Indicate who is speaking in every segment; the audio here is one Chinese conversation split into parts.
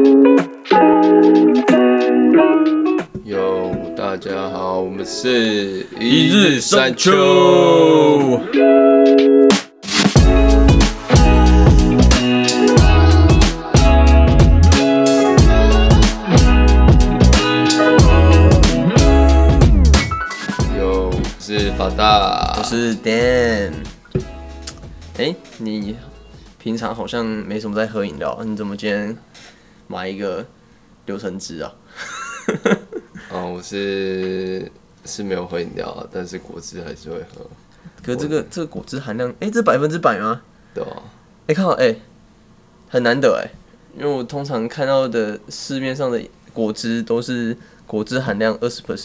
Speaker 1: 哟，大家好，我们是
Speaker 2: 一日三秋。
Speaker 1: 哟，我是法大，
Speaker 2: 我是 Dan。你平常好像没什么在喝饮料，你怎么今天买一个柳橙汁啊？
Speaker 1: 我是没有喝饮料啊，但是果汁还是会喝。
Speaker 2: 可是这个果汁含量，这100%吗？
Speaker 1: 对啊。
Speaker 2: 看好很难得因为我通常看到的市面上的果汁都是果汁含量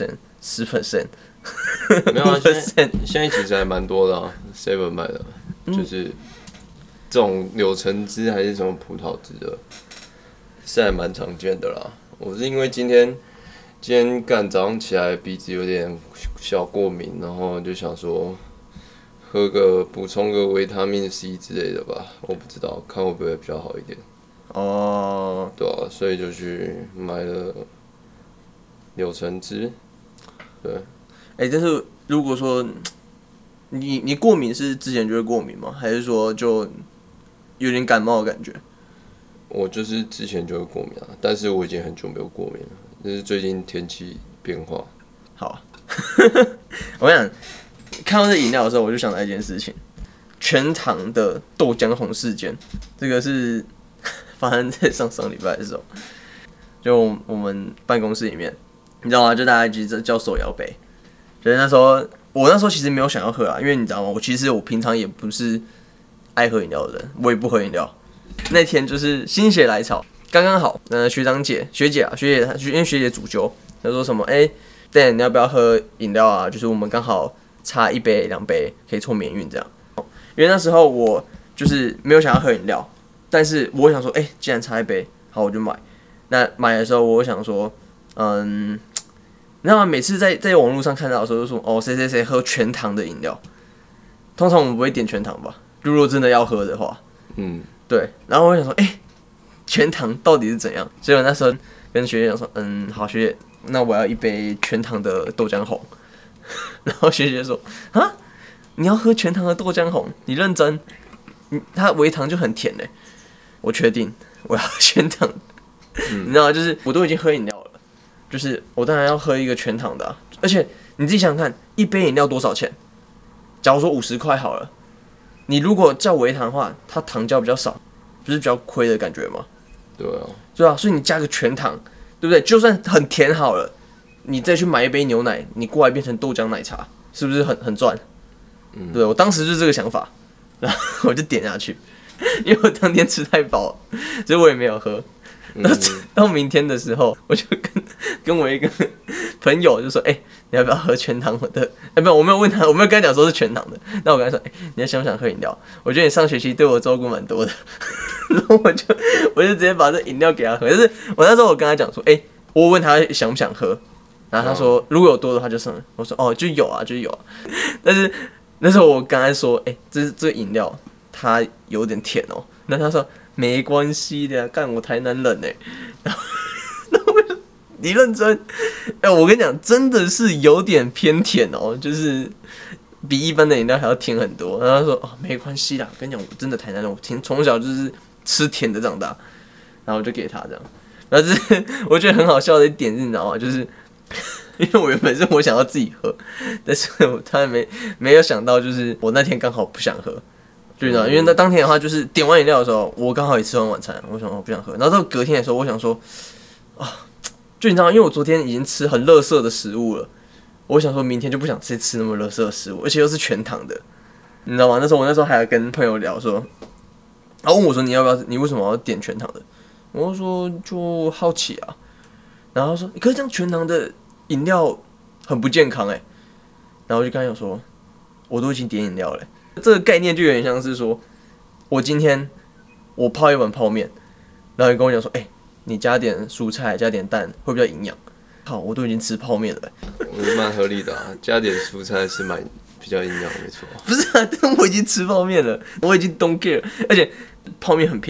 Speaker 2: 20%、10%。
Speaker 1: 没有啊，现在其实还蛮多的啊 ，Seven 卖的，就是这种柳橙汁还是什么葡萄汁的，是还蛮常见的啦。我是因为今天早上起来鼻子有点小过敏，然后就想说补充个维他命 C 之类的吧，我不知道看会不会比较好一点。
Speaker 2: 哦，
Speaker 1: 对啊，所以就去买了柳橙汁，对。
Speaker 2: 但是如果说你过敏是之前就会过敏吗？还是说就有点感冒的感觉？
Speaker 1: 我就是之前就会过敏啊，但是我已经很久没有过敏了，就是最近天气变化。
Speaker 2: 好，我想看到这饮料的时候，我就想到一件事情：全糖的豆浆红事件。这个是发生在上礼拜的时候，就我们办公室里面，你知道吗？就大家一直叫手摇杯。就是我那时候其实没有想要喝啊，因为你知道吗？我平常也不是爱喝饮料的人，我也不喝饮料。那天就是心血来潮，刚刚好，学姐，因为学姐主揪，她说什么Dan 你要不要喝饮料啊？就是我们刚好差1杯2杯可以凑免运这样。因为那时候我就是没有想要喝饮料，但是我想说，既然差1杯，好我就买。那买的时候我想说，你知道吗？每次在网络上看到的时候，就说谁谁谁喝全糖的饮料，通常我们不会点全糖吧？如果真的要喝的话，对。然后我想说，全糖到底是怎样？所以我那时候跟学姐讲说，好，学姐，那我要1杯全糖的豆浆红。然后学姐说，啊，你要喝全糖的豆浆红？你认真？它微糖就很甜嘞。我确定我要全糖。你知道吗？就是我都已经喝饮料了。就是我当然要喝一个全糖的而且你自己想想看，1杯饮料多少钱？假如说50块好了，你如果叫微糖的话，它糖胶比较少，不是比较亏的感觉吗？对啊，所以你加个全糖，对不对？就算很甜好了，你再去买1杯牛奶，你过来变成豆浆奶茶，是不是很赚？对，我当时就是这个想法，然后我就点下去，因为我当天吃太饱了，所以我也没有喝。到明天的时候，我就跟我一个朋友就说：“你要不要喝全糖的？”不，我没有问他，我没有跟他讲说是全糖的。那我跟他说：“你想不想喝饮料？我觉得你上学期对我照顾蛮多的。”然后我就直接把这饮料给他喝。但是我那时候我跟他讲说：“我问他想不想喝，然后他说如果有多的话就送。”我说：“就有啊，就有啊。”但是那时候我跟他说：“这个饮料它有点甜哦。”那他说。没关系的，干我台南人然后你认真？我跟你讲，真的是有点偏甜哦，就是比一般的饮料还要甜很多。然后他说没关系啦，跟你讲，我真的台南人，我从小就是吃甜的长大。然后我就给他这样，然后是我觉得很好笑的一点是，你知道吗？就是因为我原本是我想要自己喝，但是我突然没有想到，就是我那天刚好不想喝。就因为那当天的话，就是点完饮料的时候，我刚好也吃完晚餐，我想我不想喝。然后到隔天的时候，我想说，就你知道吗？因为我昨天已经吃很垃圾的食物了，我想说明天就不想再吃那么垃圾的食物，而且又是全糖的，你知道吗？我那时候还跟朋友聊说，他问我说你为什么要点全糖的？我说就好奇啊。然后他说，可是这样全糖的饮料很不健康然后我就跟他讲说，我都已经点饮料了。这个概念就有点像是说，我今天我泡一碗泡面，然后你跟我讲说，你加点蔬菜，加点蛋会比较营养。好，我都已经吃泡面了
Speaker 1: 我觉得蛮合理的啊，加点蔬菜是比较营养，没错。
Speaker 2: 不是啊，但我已经吃泡面了，我已经 don't care，而且泡面很便宜，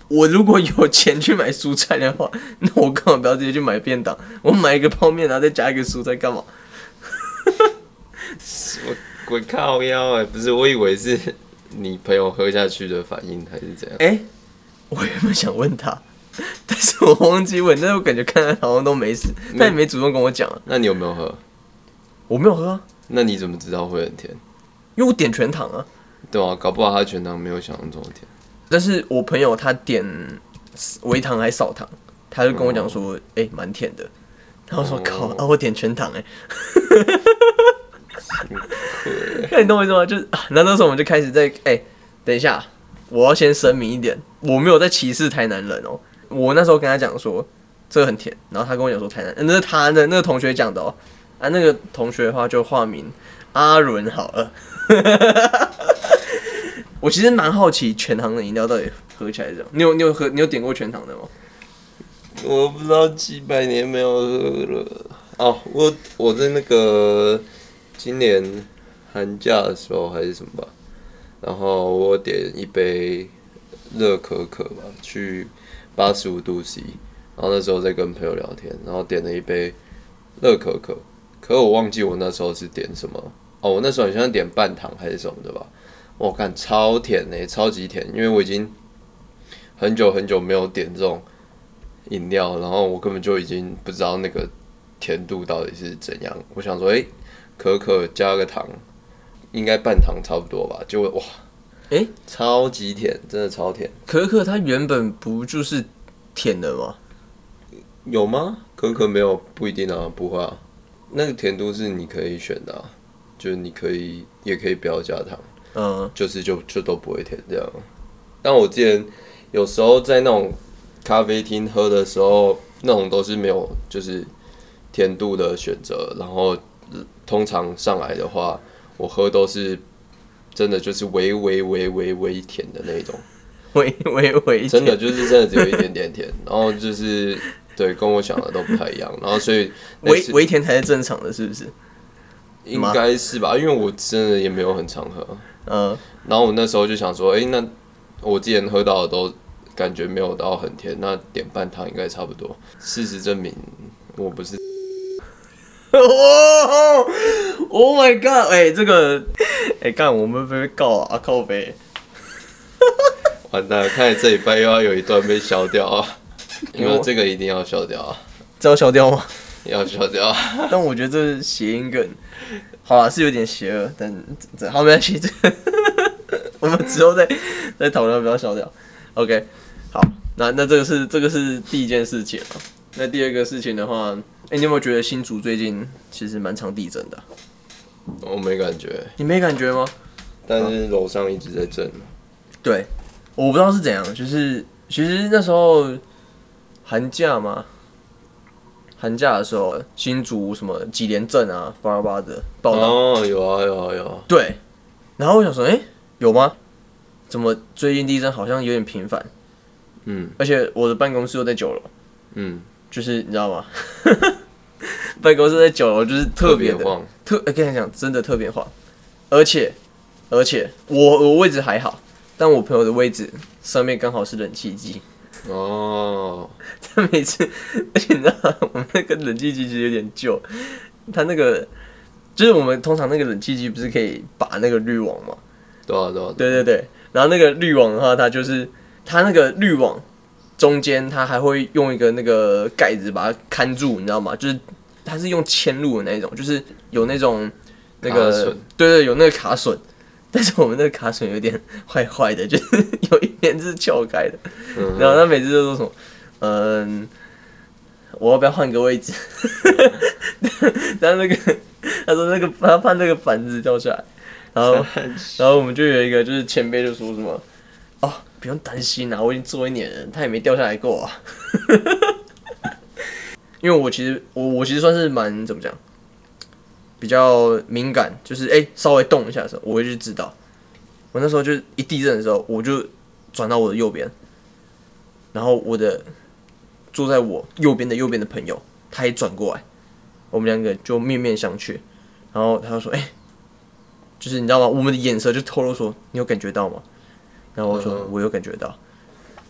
Speaker 2: 我如果有钱去买蔬菜的话，那我干嘛不要直接去买便当？我买一个泡面，然后再加一个蔬菜干嘛？
Speaker 1: 我靠腰哎，不是，我以为是你朋友喝下去的反应还是怎样？
Speaker 2: 我原本想问他，但是我忘记问，但是我感觉看他好像都没事，他也没主动跟我讲啊。
Speaker 1: 那你有没有喝？
Speaker 2: 我没有喝啊。
Speaker 1: 那你怎么知道会很甜？
Speaker 2: 因为我点全糖啊。对
Speaker 1: 啊，搞不好他全糖没有想象中的甜。
Speaker 2: 但是我朋友他点微糖还少糖，他就跟我讲说，蛮甜的。然后我说靠啊，我点全糖那你懂我意思吗？就是那时候我们就开始在等一下，我要先声明一点，我没有在歧视台南人哦。我那时候跟他讲说这个很甜，然后他跟我讲说台南，那是他的那个同学讲的哦。那个同学的话就化名阿伦好了。我其实蛮好奇全糖的饮料到底喝起来是怎样。你有点过全糖的吗？
Speaker 1: 我不知道几百年没有喝了哦。我在那个今年寒假的时候还是什么吧，然后我点一杯热可可吧，去85°C，然后那时候在跟朋友聊天，然后点了一杯热可可，可我忘记我那时候是点什么哦，我那时候好像点半糖还是什么的吧。我看超甜超级甜，因为我已经很久很久没有点这种饮料，然后我根本就已经不知道那个甜度到底是怎样。我想说，可可加个糖，应该半糖差不多吧？结果哇，超级甜，真的超甜。
Speaker 2: 可可它原本不就是甜的吗？
Speaker 1: 有吗？可可没有，不一定啊，不会啊。那个甜度是你可以选的就是你也可以不要加糖。就是就都不会甜这样。但我之前有时候在那种咖啡厅喝的时候，那种都是没有就是甜度的选择，然后通常上来的话，我喝都是真的就是微甜的那种，
Speaker 2: 微甜，
Speaker 1: 真的就是真的只有一点点甜，然后就是对跟我想的都不太一样，然后所以
Speaker 2: 微甜才是正常的，是不是？
Speaker 1: 应该是吧，因为我真的也没有很常喝。然后我那时候就想说，那我之前喝到的都感觉没有到很甜，那点半糖应该差不多。事实证明，我不是。
Speaker 2: Oh my god！ 这个，干我们被告啊，靠北。
Speaker 1: 完蛋了，看来这礼拜又要有一段被消掉啊，因为这个一定要消掉啊。
Speaker 2: 这要消掉吗？
Speaker 1: 要消掉。
Speaker 2: 但我觉得这是谐音梗。好啦，是有点邪恶，但好没关系，我们之后再讨论，不要消掉。OK， 好，那这个是第一件事情啊。那第二个事情的话，你有没有觉得新竹最近其实蛮常地震的
Speaker 1: 我没感觉。
Speaker 2: 你没感觉吗？
Speaker 1: 但是楼上一直在震。
Speaker 2: 对，我不知道是怎样，就是其实那时候寒假嘛。寒假的时候，新竹什么几连镇啊，巴拉巴拉的报道。
Speaker 1: 有啊。
Speaker 2: 对，然后我想说，有吗？怎么最近地震好像有点频繁？而且我的办公室又在9楼。就是你知道吗？办公室在9楼，就是特别的
Speaker 1: 晃。
Speaker 2: 跟你讲，真的特别晃。而且我位置还好，但我朋友的位置上面刚好是冷气机。他每次，而且你知道，我们那个冷气机其实有点旧，它那个就是我们通常那个冷气机不是可以拔那个滤网吗？对。然后那个滤网的话，它那个滤网中间，它还会用一个那个盖子把它看住，你知道吗？就是它是用嵌入的那一种，就是有那种那个对，有那个卡榫。但是我们那个卡榫有点坏坏的，就是有一点是撬开的。然后他每次都说什么，我要不要换个位置？然后他说他怕那个板子掉下来，然后我们就有一个就是前辈就说什么，不用担心啊，我已经做1年了，他也没掉下来过啊。因为我其实算是蛮怎么讲？比较敏感，就是稍微动一下的时候，我会去知道。我那时候就一地震的时候，我就转到我的右边，然后坐在我右边的朋友，他也转过来，我们2个就面面相觑，然后他就说：“就是你知道吗？我们的眼神就透露说，你有感觉到吗？”然后我说：“我有感觉到。”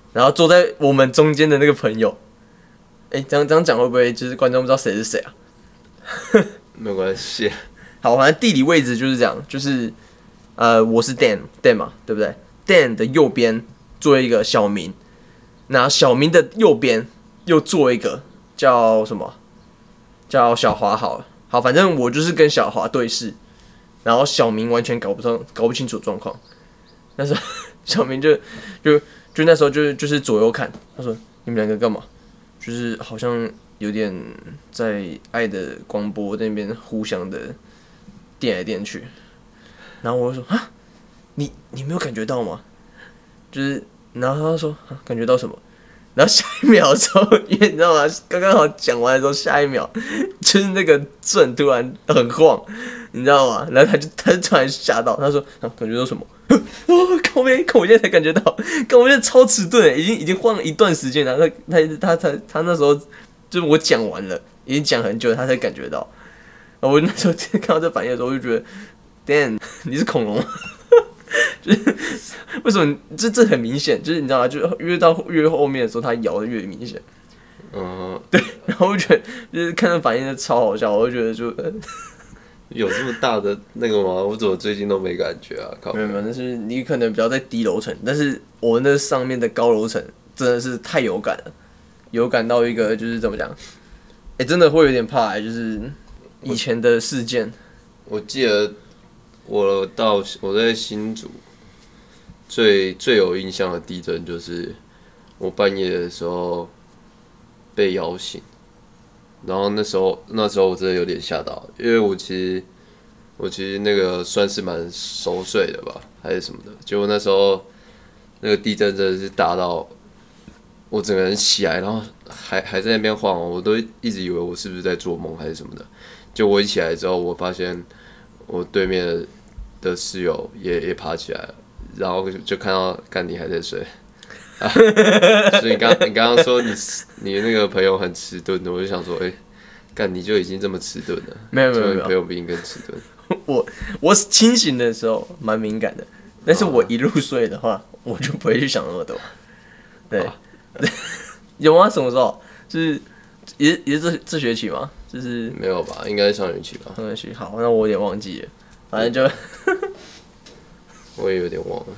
Speaker 2: 然后坐在我们中间的那个朋友，这样讲会不会就是观众不知道谁是谁啊？
Speaker 1: 没关系。
Speaker 2: 好，反正地理位置就是这样，就是我是 Dan 嘛，对不对 ？Dan 的右边坐一个小明，那小明的右边又坐一个叫什么？叫小华好了。好，反正我就是跟小华对视，然后小明完全搞不清楚状况。那时候小明就那时候就是左右看，他说你们两个干嘛？就是好像有点在爱的光波那边互相的电来电去。然后我就说啊，你没有感觉到吗？就是，然后他说啊，感觉到什么？然后下一秒的时候，因为你知道吗？刚刚好讲完的时候，下一秒就是那个阵突然很晃，你知道吗？然后他就突然吓到，他说啊，感觉到什么？靠我现在才感觉到，我现在超迟钝，已经晃了一段时间了。他那时候就是我讲完了，已经讲很久了，他才感觉到。然后我那时候看到这反应的时候，我就觉得 ，Dan， 你是恐龙吗？就是为什么这很明显，就是你知道吗？就越后面的时候，它摇的越明显。对。然后我觉得就是看到反应的超好笑，我就觉得就
Speaker 1: 有这么大的那个吗？我怎么最近都没感觉啊？
Speaker 2: 没有，但是你可能比较在低楼层，但是我那上面的高楼层真的是太有感了，有感到一个就是怎么讲？真的会有点怕，就是以前的事件。
Speaker 1: 我记得我在新竹最有印象的地震，就是我半夜的时候被摇醒，然后那时候我真的有点吓到，因为我其实那个算是蛮熟睡的吧，还是什么的，结果那时候那个地震真的是大到我整个人起来，然后还在那边晃，我都一直以为我是不是在做梦还是什么的，就我一起来之后，我发现我对面的室友也爬起来了，然后就看到干你还在睡，所以你刚刚说你那个朋友很迟钝的，我就想说，干你就已经这么迟钝了，
Speaker 2: 没有，
Speaker 1: 朋友比你更迟钝。
Speaker 2: 我清醒的时候蛮敏感的，但是我一入睡的话，我就不会去想那么多。对，有吗？什么时候？就是也是这学期吗？就是
Speaker 1: 没有吧？应该是上学期吧。
Speaker 2: 上学期好，那我有点忘记了，反正就
Speaker 1: 我也有点忘了。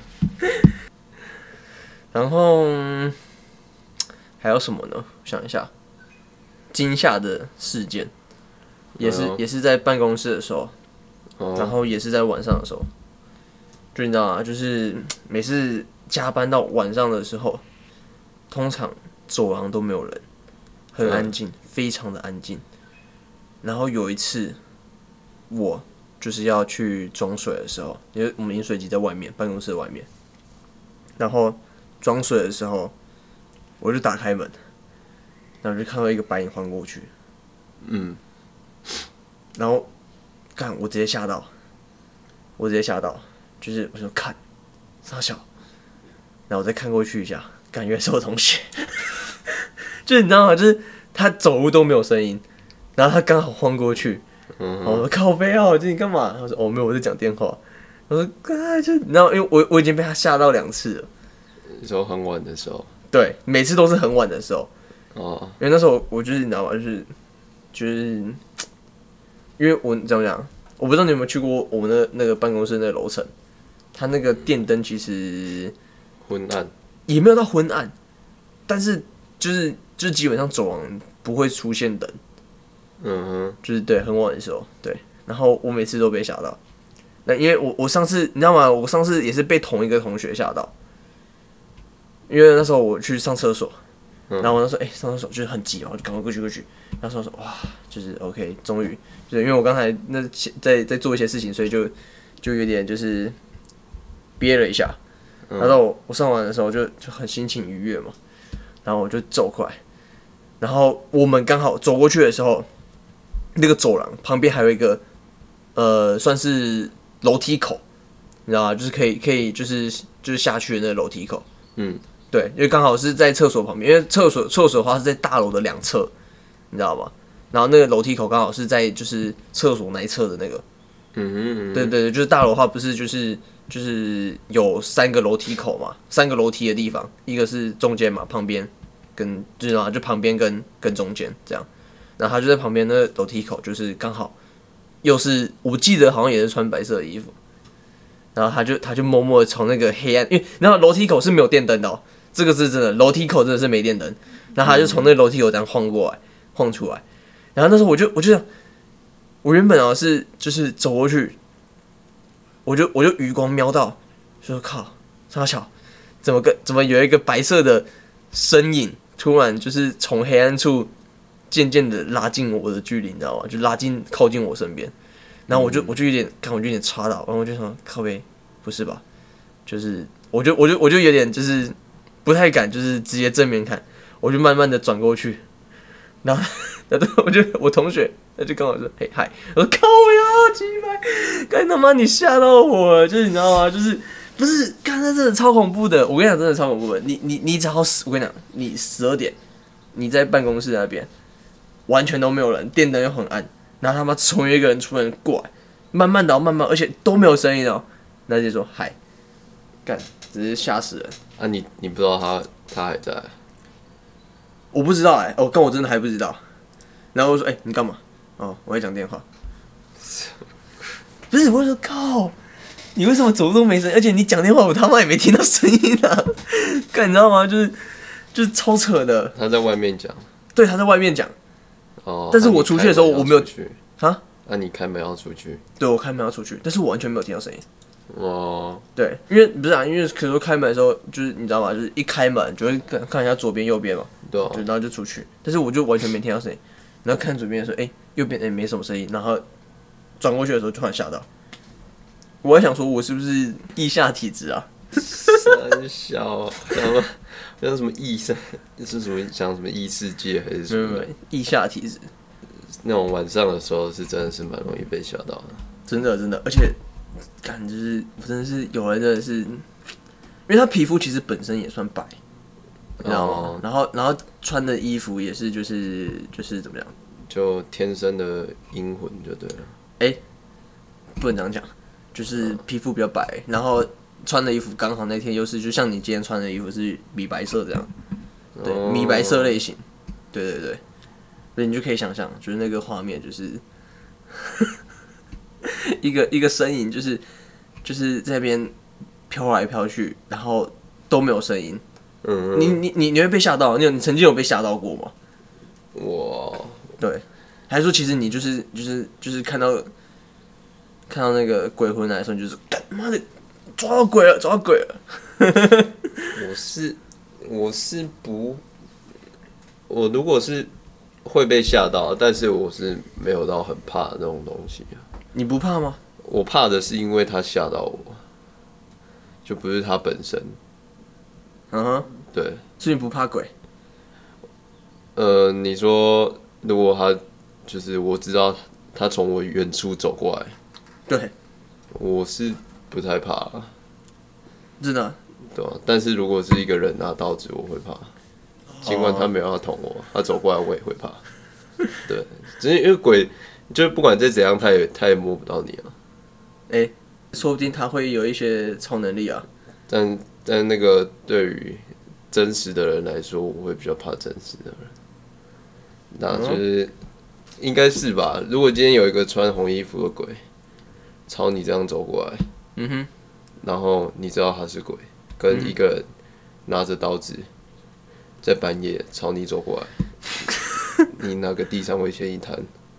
Speaker 2: 然后还有什么呢？我想一下，惊吓的事件也是在办公室的时候，然后也是在晚上的时候，就你知道吗？就是每次加班到晚上的时候，通常走廊都没有人，很安静，非常的安静。然后有一次，我就是要去装水的时候，因为我们饮水机在外面，办公室的外面。然后装水的时候，我就打开门，然后就看到一个白影晃过去，然后我直接吓到，就是我说看，傻小，然后我再看过去一下，原来是我同学，就是你知道吗？就是他走路都没有声音，然后他刚好晃过去，然后我说靠背啊，你干嘛？他说哦没有，我在讲电话。我说就你知道，因为我已经被他吓到2次了。
Speaker 1: 你说很晚的时候？对，
Speaker 2: 每次都是很晚的时候。因为那时候我就是你知道吗？就是因为我怎么讲？我不知道你有没有去过我们那个办公室那个楼层，它那个电灯其实
Speaker 1: 昏暗，
Speaker 2: 也没有到昏暗，但是就是基本上走廊不会出现灯。就是对，很晚的时候，对。然后我每次都被吓到。那因为我上次你知道吗？我上次也是被同一个同学吓到，因为那时候我去上厕所，然后我那时候上厕所就是很急嘛，我就赶快过去，然后说哇，就是 OK， 终于就是因为我刚才在做一些事情，所以就有点就是憋了一下，然后我上完的时候就很心情愉悦嘛，然后我就走过来，然后我们刚好走过去的时候，那个走廊旁边还有一个算是楼梯口，你知道吗？就是可以就是下去的那个楼梯口。对，因为刚好是在厕所旁边，因为厕所的话是在大楼的2侧，你知道吗？然后那个楼梯口刚好是在就是厕所那一侧的那个。对，就是大楼的话不是就是就是有3个楼梯口嘛，3个楼梯的地方，一个是中间嘛，旁边跟就旁边跟中间这样，然后他就在旁边那个楼梯口，就是刚好又是我记得好像也是穿白色的衣服，然后他就默默的从那个黑暗，因为然后楼梯口是没有电灯的哦，这个是真的，楼梯口真的是没电灯，然后他就从那个楼梯口这样晃出来，然后那时候我就想，我原本是就是走过去。我就余光瞄到，说靠，傻小，怎么有一个白色的身影，突然就是从黑暗处渐渐的拉近我的距离，你知道吗？就靠近我身边，然后我就有点，我就有点插到，然后我就想靠北，不是吧？就是我就有点就是不太敢，就是直接正面看，我就慢慢的转过去，然后我同学。他就跟我说：“嘿嗨！”我说：“靠呀，鸡掰！干他妈你吓到我了，就是你知道吗？就是不是干那真的超恐怖的。我跟你讲，真的超恐怖的。你只要我跟你讲，你12点你在办公室那边完全都没有人，电灯又很暗，然后他妈从一个人突然过来，慢慢，而且都没有声音哦。那就说嗨，干，只是吓死人。
Speaker 1: 啊你不知道他还在？
Speaker 2: 我不知道我真的还不知道。然后我说你干嘛？哦，我在讲电话。不是，我说靠，你为什么走路都没声音？而且你讲电话，我他妈也没听到声音啊！干，你知道吗？就是超扯的。
Speaker 1: 他在外面讲。
Speaker 2: 对，他在外面讲。
Speaker 1: 哦。
Speaker 2: 但是我出去的时候，我没有
Speaker 1: 去。
Speaker 2: 啊？
Speaker 1: 那你开门要出去？
Speaker 2: 对，我开门要出去，但是我完全没有听到声音。
Speaker 1: 哦。
Speaker 2: 对，因为不是啊，因为可能开门的时候，就是你知道吗？就是一开门就会看一下左边右边嘛。
Speaker 1: 对啊。
Speaker 2: 然后就出去，但是我就完全没听到声音。然后看左边的时候，右边没什么声音，然后转过去的时候突然吓到，我还想说我是不是腋下体质啊？
Speaker 1: 三小，像什么异世，是什么像什么异世界还是什么？
Speaker 2: 腋下体质。
Speaker 1: 那种晚上的时候是真的是蛮容易被吓到的。
Speaker 2: 真的，而且感就是真的是有人真的是，因为他皮肤其实本身也算白。你知道吗？然后穿的衣服也是就是怎么样？
Speaker 1: 就天生的阴魂就对了。
Speaker 2: 不能这样讲，就是皮肤比较白，然后穿的衣服刚好那天又是就像你今天穿的衣服是米白色这样，对，米白色类型，对，所以你就可以想象，就是那个画面就是一个身影，就是在那边飘来飘去，然后都没有声音。你会被吓到？你曾经有被吓到过吗？对，还是说其实你就是看到那个鬼魂来的时候，你就是干妈的抓到鬼了。
Speaker 1: 我是不，我如果是会被吓到，但是我是没有到很怕的那种东西。
Speaker 2: 你不怕吗？
Speaker 1: 我怕的是因为他吓到我，就不是他本身。对，
Speaker 2: 所以你不怕鬼？
Speaker 1: 你说如果他就是我知道他从我远处走过来，
Speaker 2: 对，
Speaker 1: 我是不太怕，
Speaker 2: 真的。
Speaker 1: 对啊，但是如果是一个人拿刀子，我会怕，尽管他没有要捅我，他走过来我也会怕。对，只是因为鬼，就是不管再怎样，他也摸不到你啊。
Speaker 2: 说不定他会有一些超能力啊。
Speaker 1: 但那个对于真实的人来说，我会比较怕真实的人。那就是应该是吧？如果今天有一个穿红衣服的鬼朝你这样走过来，然后你知道他是鬼，跟一个人拿着刀子在半夜朝你走过来，你哪个地上会先一滩？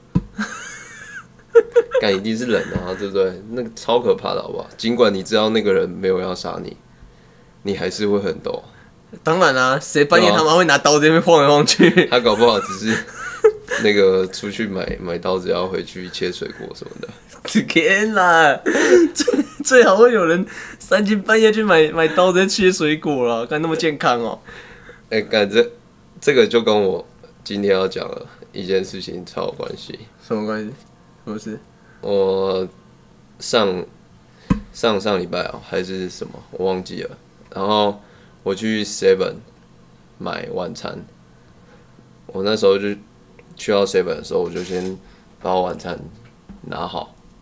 Speaker 1: 干一定是人啊，对不对？那个超可怕的，好不好？尽管你知道那个人没有要杀你，你还是会很抖。
Speaker 2: 当然啦、谁半夜他妈会拿刀在那边晃来晃去？
Speaker 1: 他搞不好只是那个出去买刀子要回去切水果什么的。
Speaker 2: 天啦，最好会有人3更半夜去买刀子切水果了，看那么健康哦。
Speaker 1: 干这个就跟我今天要讲的一件事情超有关系。
Speaker 2: 什么关系？什么事？
Speaker 1: 我上礼拜还是什么，我忘记了。然后我去 Seven 买晚餐，我那时候就去到 Seven 的时候，我就先把我晚餐拿好，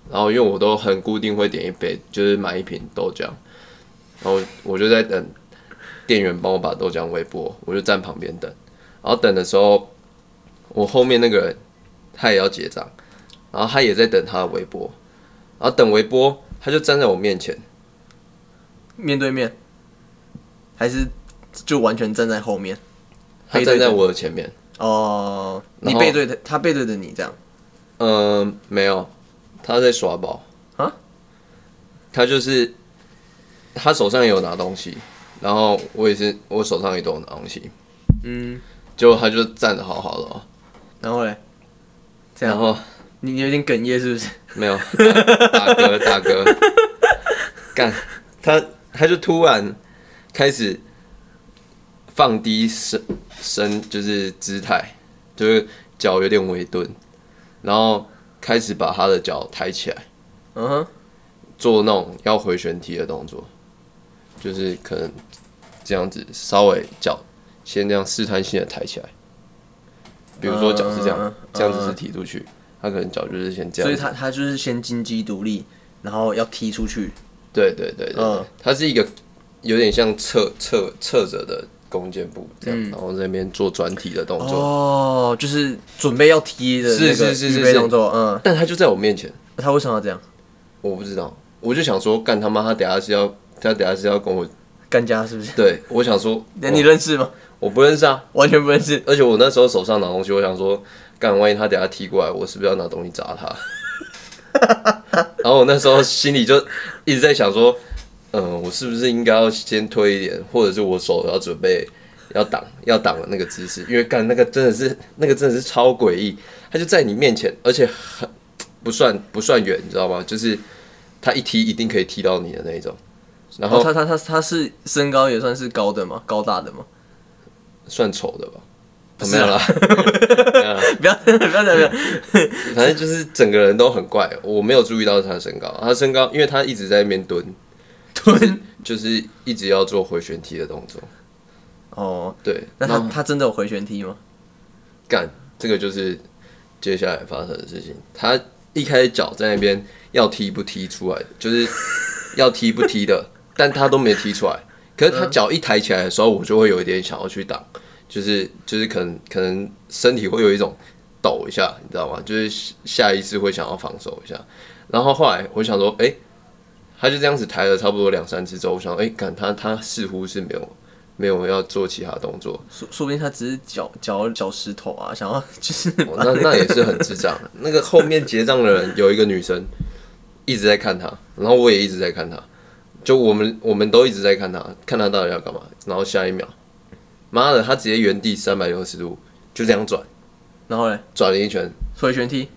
Speaker 1: 然后因为我都很固定会点一杯，就是买一瓶豆浆，然后我就在等店员帮我把豆浆微波，我就站旁边等。然后等的时候，我后面那个人他也要结账，然后他也在等他的微波，然后等微波，他就站在我面前，
Speaker 2: 面对面，还是就完全站在后面？
Speaker 1: 他站在我的前面。
Speaker 2: 哦，你背对他背对着你这样？
Speaker 1: 没有，他在耍宝
Speaker 2: 啊？
Speaker 1: 他就是他手上也有拿东西，然后我手上也都有拿东西，结果他就站得好好的哦。
Speaker 2: 然后嘞，这样，
Speaker 1: 然后
Speaker 2: 你有点哽咽是不是？
Speaker 1: 没有，大哥，干他就突然开始放低身就是姿态，就是脚有点微蹲，然后开始把他的脚抬起来，做那种要回旋踢的动作，就是可能这样子稍微脚先这样试探性的抬起来，比如说脚是这样，这样子是踢出去，他可能脚就是先这样，
Speaker 2: 所以他就是先金鸡独立，然后要踢出去。
Speaker 1: 对，他是一个有点像侧着的弓箭步这样，然后在那边做转体的动作。
Speaker 2: 哦，就是准备要踢的那个预备动作。
Speaker 1: 但他就在我面前，
Speaker 2: 他为什么要这样？
Speaker 1: 我不知道，我就想说，干他妈，他等下是要跟我
Speaker 2: 干架是不是？
Speaker 1: 对，我想说，
Speaker 2: 你认识吗？
Speaker 1: 我不认识啊，
Speaker 2: 完全不认识。
Speaker 1: 而且我那时候手上拿东西，我想说，干，万一他等下踢过来，我是不是要拿东西砸他？然后我那时候心里就一直在想说，我是不是应该要先推一点，或者是我手要准备要挡的那个姿势，因为干那个真的是超诡异，他就在你面前，而且不算远，你知道吗？就是他一踢一定可以踢到你的那一种。然后
Speaker 2: 他是身高也算是高的吗？高大的吗？
Speaker 1: 算丑的吧？
Speaker 2: 没有啦，不要，
Speaker 1: 反正就是整个人都很怪，我没有注意到他的身高。他身高，因为他一直在那边蹲，就是一直要做回旋踢的动作。
Speaker 2: 哦，
Speaker 1: 对，
Speaker 2: 那他真的有回旋踢吗？
Speaker 1: 干，这个就是接下来发生的事情。他一开始脚在那边要踢不踢出来的，就是要踢不踢的，但他都没踢出来。可是他脚一抬起来的时候，我就会有一点想要去挡。就是可能身体会有一种抖一下，你知道吗？就是下意识会想要防守一下。然后后来我想说，他就这样子抬了差不多2-3次之后，我想，看他似乎是没有要做其他动作，
Speaker 2: 说不定他只是脚石头啊，想要就是、
Speaker 1: 那也是很智障。那个后面结账的人有一个女生一直在看他，然后我也一直在看他，就我们都一直在看他到底要干嘛。然后下一秒。妈的，他直接原地360度就这样转，
Speaker 2: 然后嘞，
Speaker 1: 转了一圈，
Speaker 2: 回旋踢，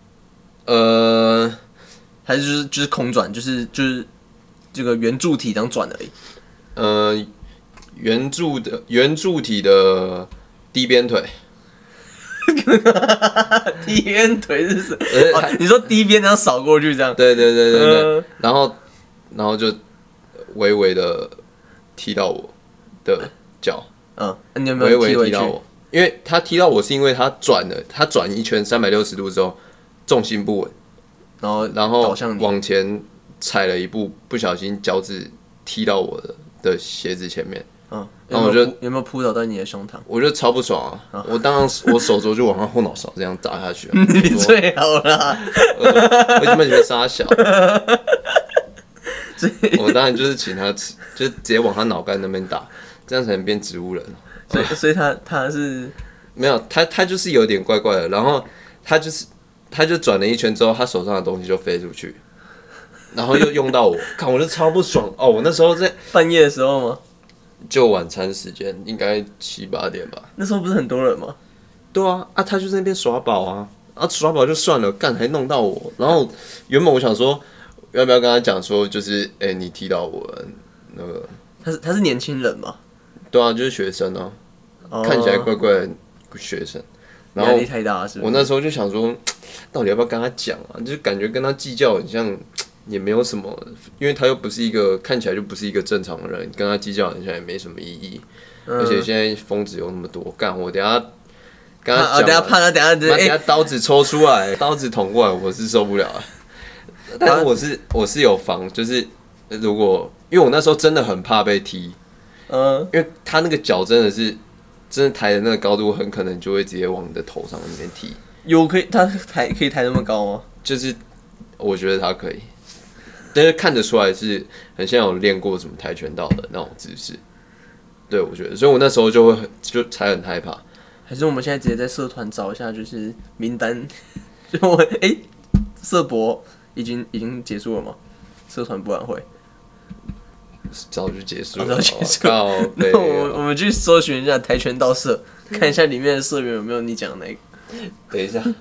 Speaker 2: 还是就是空转，就是这个圆柱体这样转而已。
Speaker 1: 圆柱体的低边腿，
Speaker 2: 低边腿是什么？你说低边这样扫过去这样？
Speaker 1: 对，然后就微微的踢到我的脚。
Speaker 2: 你有没有
Speaker 1: 踢到我？因为他踢到我是因为他转一圈360度之后重心不稳，然后往前踩了一步，不小心脚趾踢到我的鞋子前面。然后我就
Speaker 2: 有没有扑倒在你的胸膛？
Speaker 1: 我就超不爽啊！我当然我手肘就往他后脑勺这样砸下去。
Speaker 2: 你最好啦！
Speaker 1: 为什么你会杀小？我当然就是请他，就直接往他脑干那边打。这样才能变植物人，
Speaker 2: 所以他是
Speaker 1: 没有他就是有点怪怪的，然后他就转了一圈之后，他手上的东西就飞出去，然后又用到我，看我就超不爽哦！我那时候在
Speaker 2: 半夜的时候吗？
Speaker 1: 就晚餐时间，应该7-8点吧。
Speaker 2: 那时候不是很多人吗？
Speaker 1: 对啊，他就在那边耍宝啊，耍宝就算了，干还弄到我，然后原本我想说要不要跟他讲说，就是你踢到我了那个，
Speaker 2: 他是年轻人吗？
Speaker 1: 对啊，就是学生啊，看起来怪怪的学生，然后
Speaker 2: 压力太大了是不是？
Speaker 1: 我那时候就想说，到底要不要跟他讲啊？就感觉跟他计较很像，也没有什么，因为他又不是一个看起来就不是一个正常的人，跟他计较很像也没什么意义。而且现在疯子有那么多，干我等下跟他讲，
Speaker 2: 等下怕他等下
Speaker 1: 刀子抽出来，刀子捅过来，我是受不了了。 但是我是有防，就是如果因为我那时候真的很怕被踢，因为他那个脚真的抬的那个高度，很可能就会直接往你的头上那边踢。
Speaker 2: 他可以抬那么高吗？
Speaker 1: 就是我觉得他可以，但是看得出来是很像有练过什么跆拳道的那种姿势。对，我觉得，所以我那时候就才很害怕。
Speaker 2: 还是我们现在直接在社团找一下，就是名单，就社博已经结束了吗？社团博览会
Speaker 1: 早就结束了，
Speaker 2: 早就结束
Speaker 1: 了。
Speaker 2: 那我们去搜寻一下跆拳道社，看一下里面的社员有没有你讲的那个。
Speaker 1: 等一下，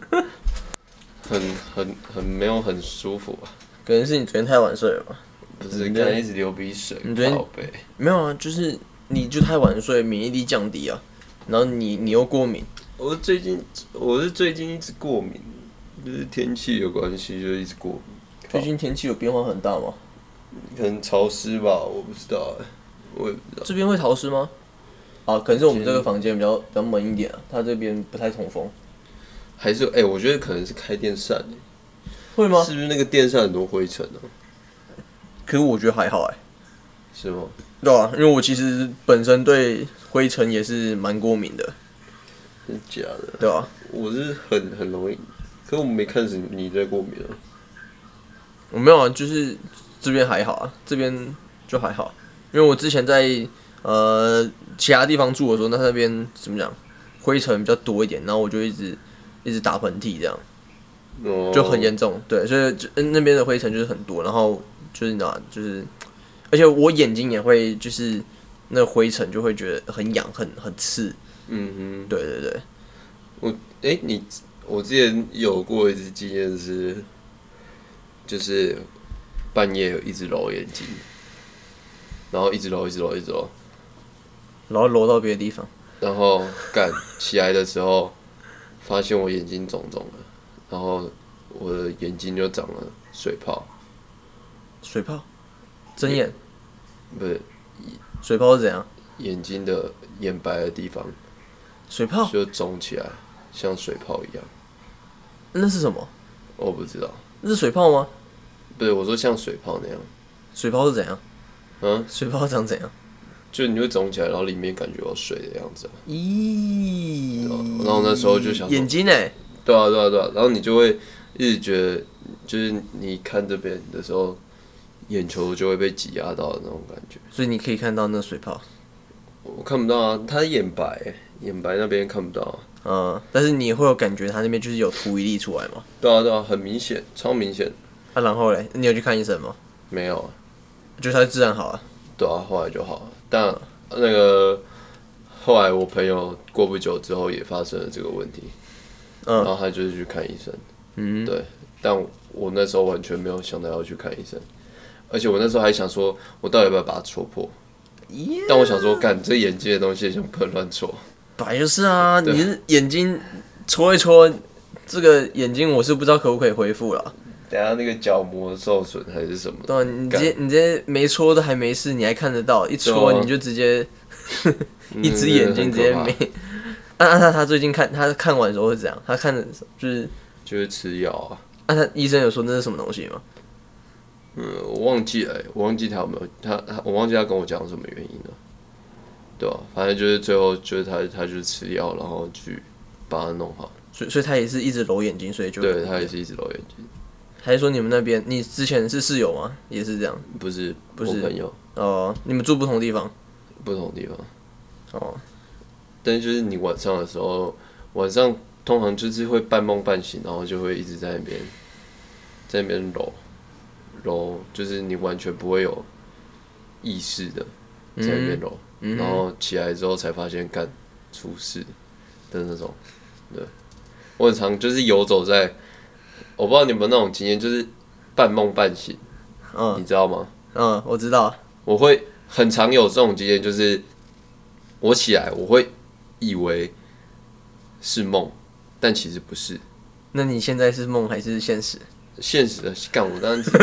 Speaker 1: 很没有很舒服啊。
Speaker 2: 可能是你昨天太晚睡了吧？
Speaker 1: 不是，刚才一直流鼻水。
Speaker 2: 你昨天没有啊？就是你就太晚睡，免疫力降低啊，然后你又过敏。
Speaker 1: 我是最近一直过敏，就是天气有关系，就一直过敏。
Speaker 2: 最近天气有变化很大吗？
Speaker 1: 可能潮湿吧，我不知道我也不知道。
Speaker 2: 这边会潮湿吗？啊，可能是我们这个房间比较闷一点啊，它这边不太通风。
Speaker 1: 还是我觉得可能是开电扇
Speaker 2: 会吗？
Speaker 1: 是不是那个电扇很多灰尘啊？
Speaker 2: 可是我觉得还好
Speaker 1: 是吗？
Speaker 2: 对啊，因为我其实本身对灰尘也是蛮过敏的。
Speaker 1: 真假的？
Speaker 2: 对啊，
Speaker 1: 我是很容易，可我没看出你在过敏啊。
Speaker 2: 我没有啊，就是这边还好啊，这边就还好，因为我之前在其他地方住的时候，那边怎么讲，灰尘比较多一点，然后我就一直打喷嚏这样，就很严重。对，所以那边的灰尘就是很多，然后就是就是而且我眼睛也会就是那灰尘就会觉得很痒，很刺。
Speaker 1: 嗯哼，
Speaker 2: 对对对。
Speaker 1: 我之前有过一次经验是，就是半夜一直揉眼睛，然后一直揉，
Speaker 2: 然后揉到别的地方，
Speaker 1: 然后起来的时候，发现我眼睛肿肿的，然后我的眼睛就长了水泡。
Speaker 2: 水泡，睁眼，
Speaker 1: 不是
Speaker 2: 水泡是怎样？
Speaker 1: 眼睛的眼白的地方，
Speaker 2: 水泡
Speaker 1: 就肿起来，像水泡一样。
Speaker 2: 那是什么？
Speaker 1: 我不知道。
Speaker 2: 那是水泡吗？
Speaker 1: 不是，我说像水泡那样。
Speaker 2: 水泡是怎样？
Speaker 1: 嗯，
Speaker 2: 水泡长怎样？
Speaker 1: 就你会肿起来，然后里面感觉有水的样子。
Speaker 2: 咦，
Speaker 1: 然后那时候就想
Speaker 2: 眼睛
Speaker 1: 对啊，然后你就会一直觉得，就是你看这边的时候，眼球就会被挤压到的那种感觉。
Speaker 2: 所以你可以看到那水泡。
Speaker 1: 我看不到啊，它眼白那边看不到啊。
Speaker 2: 但是你会有感觉，它那边就是有凸一粒出来吗？
Speaker 1: 对啊，很明显，超明显。
Speaker 2: 然后嘞，你有去看医生吗？
Speaker 1: 没有啊，
Speaker 2: 就是它自然好啊。
Speaker 1: 对啊，后来就好了。但那个后来我朋友过不久之后也发生了这个问题，然后他就是去看医生。对，但我那时候完全没有想到要去看医生，而且我那时候还想说，我到底要不要把它戳破？但我想说，这眼睛的东西就不能乱戳。
Speaker 2: 本来就是啊，你是眼睛戳一戳，这个眼睛我是不知道可不可以恢复啦。
Speaker 1: 等一下那个角膜受损还是什么？
Speaker 2: 对啊，你直接没戳都还没事，你还看得到，一戳你就直接一只眼睛直接没。他最近他看完的时候会怎样？他看的
Speaker 1: 就是吃药啊。
Speaker 2: 他医生有说那是什么东西吗？
Speaker 1: 我忘记了，我忘记他有没有我忘记他跟我讲什么原因了。对啊，反正就是最后就是他就是吃药，然后去把它弄好。
Speaker 2: 所以他也是一直揉眼睛，所以就
Speaker 1: 对他也是一直揉眼睛。
Speaker 2: 还是说你们那边你之前是室友吗？也是这样？
Speaker 1: 不是我朋友。
Speaker 2: 你们住不同地方？
Speaker 1: 不同地方。但是就是你晚上的时候，晚上通常就是会半梦半醒，然后就会一直在那边揉，就是你完全不会有意识的在那边揉，然后起来之后才发现出事的那种。对，我很常就是游走在，我不知道你有没有那种经验，就是半梦半醒，你知道吗？
Speaker 2: 我知道。
Speaker 1: 我会很常有这种经验，就是我起来我会以为是梦，但其实不是。
Speaker 2: 那你现在是梦还是现实？
Speaker 1: 现实的我当然知道，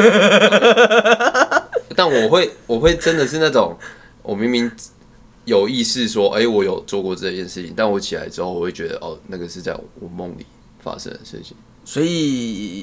Speaker 1: 但我会真的是那种，我明明有意识说，我有做过这件事情，但我起来之后，我会觉得那个是在我梦里发生的事情。
Speaker 2: 所以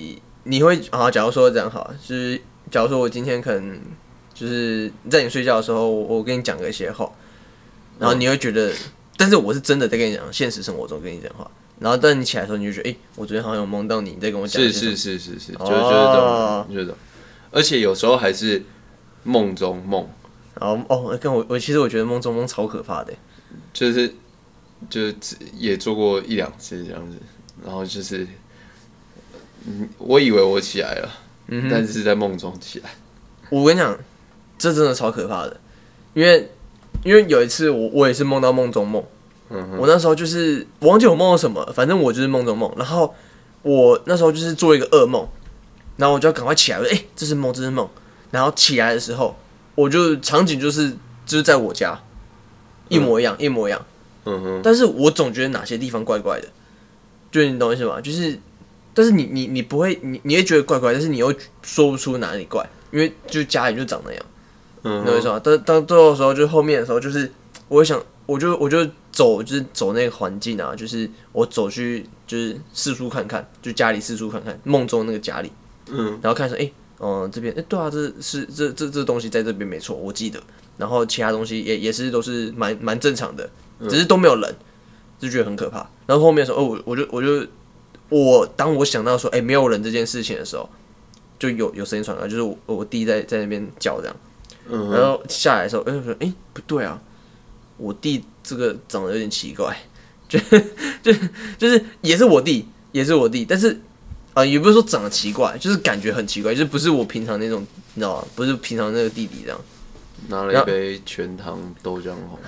Speaker 2: 你会假如说这样好，就是假如说我今天可能就是在你睡觉的时候，我跟你讲个一些话，然后你会觉得，但是我是真的在跟你讲现实生活中跟你讲话，然后但你起来的时候，你就觉得，我昨天好像有梦到你在跟我讲。
Speaker 1: 是，就是这种，而且有时候还是梦中梦。
Speaker 2: 然后跟我其实我觉得梦中梦超可怕的，
Speaker 1: 就是也做过1-2次这样子，然後就是我以为我起来了，但是在梦中起来。
Speaker 2: 我跟你讲，这真的超可怕的，因为有一次我也是梦到梦中梦，我那时候就是我忘记我梦到什么，反正我就是梦中梦，然后我那时候就是做一个噩梦，然后我就要赶快起来，我说这是梦，这是梦，然后起来的时候，我就场景就是在我家，一模一样，一模一样。但是我总觉得哪些地方怪怪的，就是你懂我意思吗？就是，但是你不会，你会觉得怪怪，但是你又说不出哪里怪，因为就家里就长那样，你懂我意思吗？当最后的时候，就后面的时候，就是我会想，我就走，就是走那个环境啊，就是我走去就是四处看看，就家里四处看看，梦中那个家里，然后看说，这边，对啊，这东西在这边没错，我记得，然后其他东西也是都是蛮正常的。只是都没有人，就觉得很可怕。然后后面的时候，当我想到说，没有人这件事情的时候，就有声音传来，就是我弟在那边叫这样。然后下来的时候，不对啊，我弟这个长得有点奇怪，就是也是我弟，但是也不是说长得奇怪，就是感觉很奇怪，就是不是我平常那种，你知道吗？不是平常那个弟弟这样。
Speaker 1: 拿了一杯全糖豆浆红。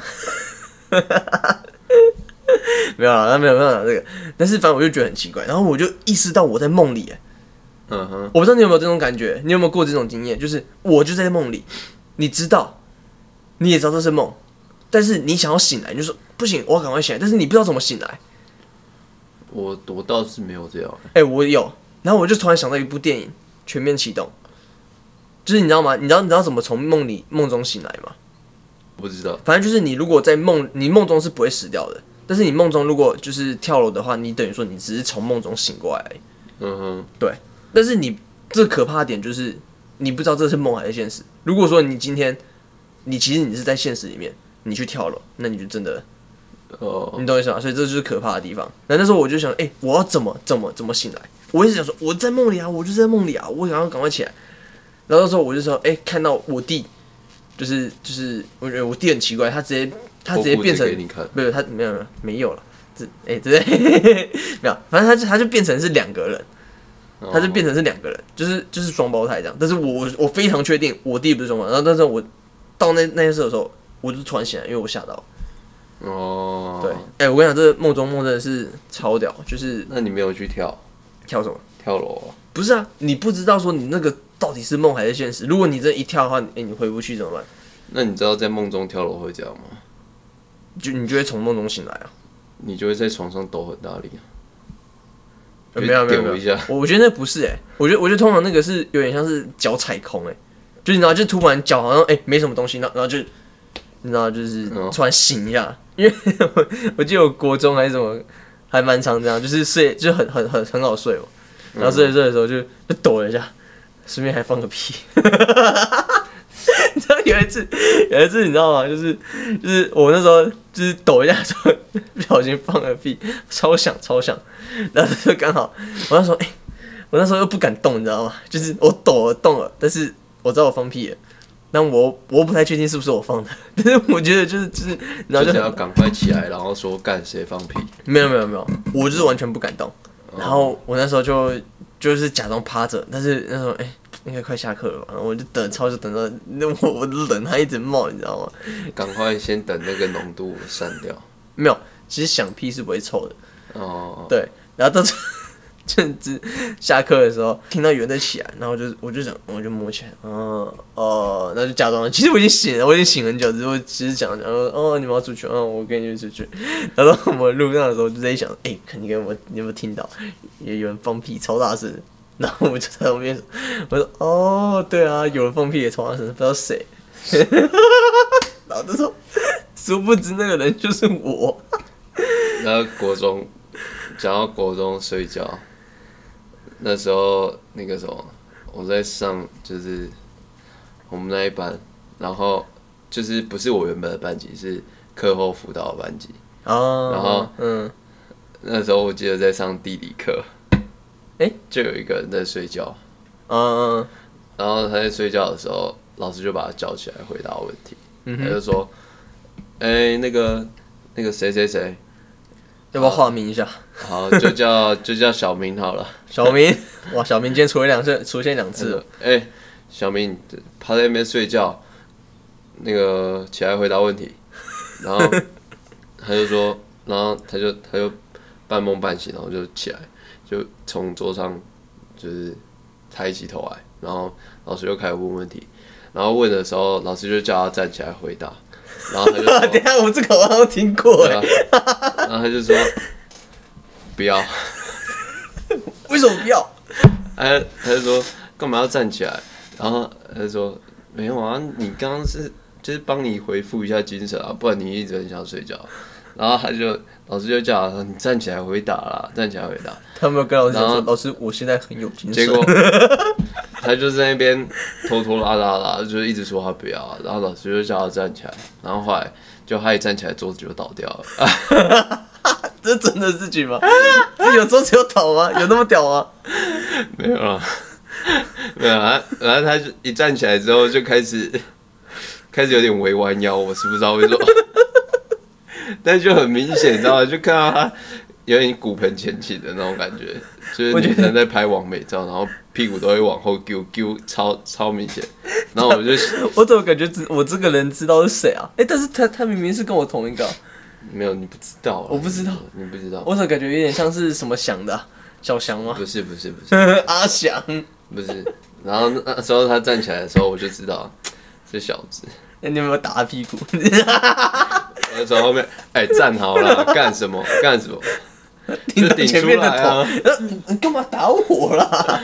Speaker 2: 没有啦，没有讲这个，但是反正我就觉得很奇怪，然后我就意识到我在梦里，我不知道你有没有这种感觉，你有没有过这种经验？就是我就在梦里，你知道，你也知道这是梦，但是你想要醒来，你就说不行，我要赶快醒来，但是你不知道怎么醒来。
Speaker 1: 我倒是没有这样，
Speaker 2: 我有，然后我就突然想到一部电影《全面启动》，就是你知道吗？你知道怎么从梦中醒来吗？
Speaker 1: 不知道，
Speaker 2: 反正就是你如果在你梦中是不会死掉的，但是你梦中如果就是跳楼的话，你等于说你只是从梦中醒过来而已。对。但是你这可怕的点就是你不知道这是梦还是现实。如果说你今天其实你是在现实里面，你去跳楼，那你就真的，你懂我意思吗？所以这就是可怕的地方。那时候我就想，我要怎么醒来？我一直想说我在梦里啊，我就是在梦里啊，我想要赶快起来。然后那时候我就说，看到我弟。就是我觉得我弟很奇怪，他直接变成没有他没有了，没有，反正他就变成是2个人，他就变成是2个人，就是双胞胎这样。但是我非常确定我弟不是双胞胎，然后但是我到那件事的时候，我就突然醒来，因为我吓到。对，我跟你讲，这梦中梦真的是超屌，就是
Speaker 1: 那你没有去跳
Speaker 2: 什么？
Speaker 1: 跳楼啊？
Speaker 2: 不是啊，你不知道说你那个到底是梦还是现实。如果你这一跳的话，你回不去怎么办？
Speaker 1: 那你知道在梦中跳楼会这样吗？
Speaker 2: 你就会从梦中醒来啊。
Speaker 1: 你就会在床上抖很大力啊。
Speaker 2: 没有，我觉得那不是我觉得通常那个是有点像是脚踩空就你知道，就突然脚好像没什么东西，然后就你知道就是突然醒一下，因为我记得我国中还是什么还蛮常这样，就是睡就很好睡嘛。然后睡的时候就抖了一下，顺便还放个屁。你知道有一次你知道吗？就是我那时候就是抖一下的时候，不小心放个屁，超响。然后就刚好我那时候又不敢动，你知道吗？就是我动了，但是我知道我放屁了。但我不太确定是不是我放的，但是我觉得就是然后
Speaker 1: 就想要赶快起来，然后说干谁放屁？没
Speaker 2: 有，我就是完全不敢动。然后我那时候就是假装趴着，但是那时候应该快下课了吧，然后我就等到我冷它一直冒，你知道吗？
Speaker 1: 赶快先等那个浓度散掉。
Speaker 2: 没有，其实响屁是不会臭的。对，然后到就是下课的时候听到有人在起来，然后我就摸起来，那就假装，其实我已经醒很久，只是我其实讲你们要出去，我跟你们出去。然后我们路上的时候就在想，看你有没有听到，有人放屁超大声。然后我就在后面，我说对啊，有人放屁也超大声，不知道谁。然后他说，殊不知那个人就是我。
Speaker 1: 然后讲到国中睡觉， 那时候那个什么，我在上就是我们那一班，然后就是不是我原本的班级，是课后辅导的班级。
Speaker 2: 哦，
Speaker 1: 然后那时候我记得在上地理课，就有一个人在睡觉，然后他在睡觉的时候，老师就把他叫起来回答问题，他就说，那个谁谁谁，
Speaker 2: 要不要化名一下？
Speaker 1: 好，就叫小明好了。
Speaker 2: 小明，哇，小明今天出现2次了。
Speaker 1: 小明趴在那边睡觉，那个起来回答问题，然后他就说，然后他就半梦半醒，然后就起来，就从桌上就是抬起头来，然后老师就开始问问题，然后问的时候，老师就叫他站起来回答，然后他就说，
Speaker 2: 等一下我这个好像听过哎，
Speaker 1: 然后他就说不要，
Speaker 2: 为什么不要？
Speaker 1: 他就说干嘛要站起来？然后他就说没有啊，你刚刚就是帮你恢复一下精神啊，不然你一直很想睡觉。然后老师就叫他说你站起来回答啦，站起来回答。
Speaker 2: 他没有跟老师说，老师我现在很有精神。
Speaker 1: 结果他就在那边拖拖拉拉啦，就一直说他不要啊，然后老师就叫他站起来，然后后来就他一站起来，桌子就倒掉了。
Speaker 2: 这是真的事情吗？有桌子有倒吗？有那么屌吗？
Speaker 1: 没有啦，没有啊。然后他就一站起来之后就开始有点微弯腰，我是不知道为什么，但就很明显，你知道吗？就看到他有点骨盆前倾的那种感觉，就是女生在拍完美照，然后屁股都会往后丢，超明显。然后
Speaker 2: 我怎么感觉我这个人知道是谁啊？但是他明明是跟我同一个。
Speaker 1: 没有，你不知道。
Speaker 2: 我不知道，
Speaker 1: 你不知道。
Speaker 2: 我怎么感觉有点像是什么翔的小翔吗？
Speaker 1: 不是，
Speaker 2: 阿翔。
Speaker 1: 不是。然后那时候他站起来的时候，我就知道这小子。
Speaker 2: 你有没有打他屁股？
Speaker 1: 我从后面，站好了，干什么？
Speaker 2: 就顶出来啊！你干嘛打我啦？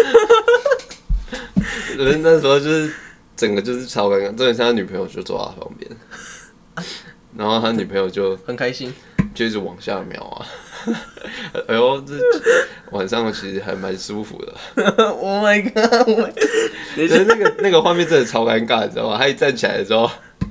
Speaker 1: 那时候就是整个就是超尴尬，重点是他女朋友就坐在他旁边。然后他女朋友就
Speaker 2: 很开心，
Speaker 1: 就一直往下瞄啊。哎呦，这晚上其实还蛮舒服的。
Speaker 2: Oh my god！
Speaker 1: 可是那个画面真的超尴尬，你知道吗？他一站起来的时候，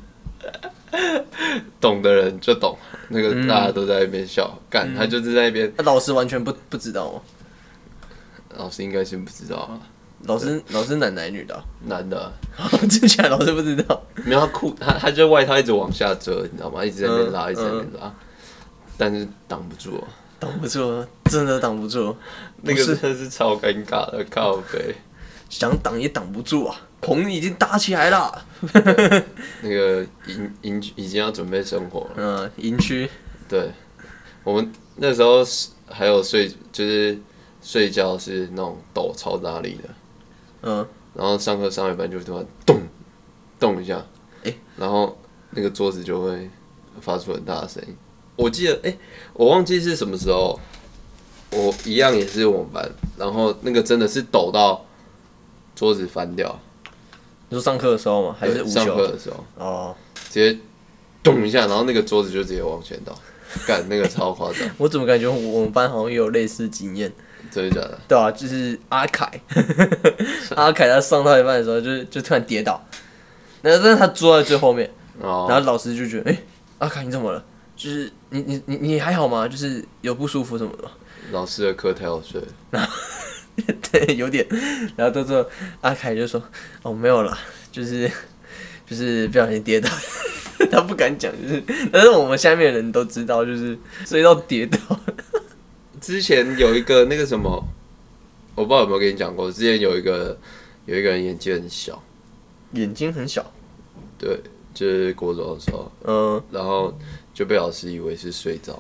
Speaker 1: 懂的人就懂，那个大家都在那边笑，干他就是在那边。
Speaker 2: 老师完全不知道吗？
Speaker 1: 老师应该先不知道啊。
Speaker 2: 老师男的女的？
Speaker 1: 男的。
Speaker 2: 之前老师不知道。
Speaker 1: 没有他就外套一直往下遮，你知道吗？一直在那边拉，一直在那边拉，但是挡不住啊。
Speaker 2: 挡不住，真的挡不住。
Speaker 1: 那个真的是超尴尬的，靠北。
Speaker 2: 想挡也挡不住啊，棚已经搭起来了。
Speaker 1: 那个营已经要准备生活了。
Speaker 2: 营区。
Speaker 1: 对，我们那时候还有就是睡觉是那种抖超大力的。然后上课上一半就突然动一下，然后那个桌子就会发出很大的声音。我记得，我忘记是什么时候，我一样也是我们班，然后那个真的是抖到桌子翻掉。
Speaker 2: 你说上课的时候吗？还是午休？
Speaker 1: 上课的时候。
Speaker 2: 哦。
Speaker 1: 直接动一下，然后那个桌子就直接往前倒，干那个超夸张。
Speaker 2: 我怎么感觉我们班好像也有类似经验？
Speaker 1: 真的假的？
Speaker 2: 对啊，就是阿凯，阿凯他上到一半的时候就突然跌倒，但是他坐在最后面，然后老师就觉得，阿凯你怎么了？就是你还好吗？就是有不舒服什么的吗？
Speaker 1: 老师的课太好睡了，
Speaker 2: 然后对有点，然后到最后阿凯就说，没有啦，就是不小心跌倒，他不敢讲，但是我们下面的人都知道，就是睡到跌倒。
Speaker 1: 之前有一个那个什么，我不知道有没有跟你讲过。之前有一个人眼睛很小，
Speaker 2: 眼睛很小，
Speaker 1: 对，就是国中的时候，然后就被老师以为是睡着。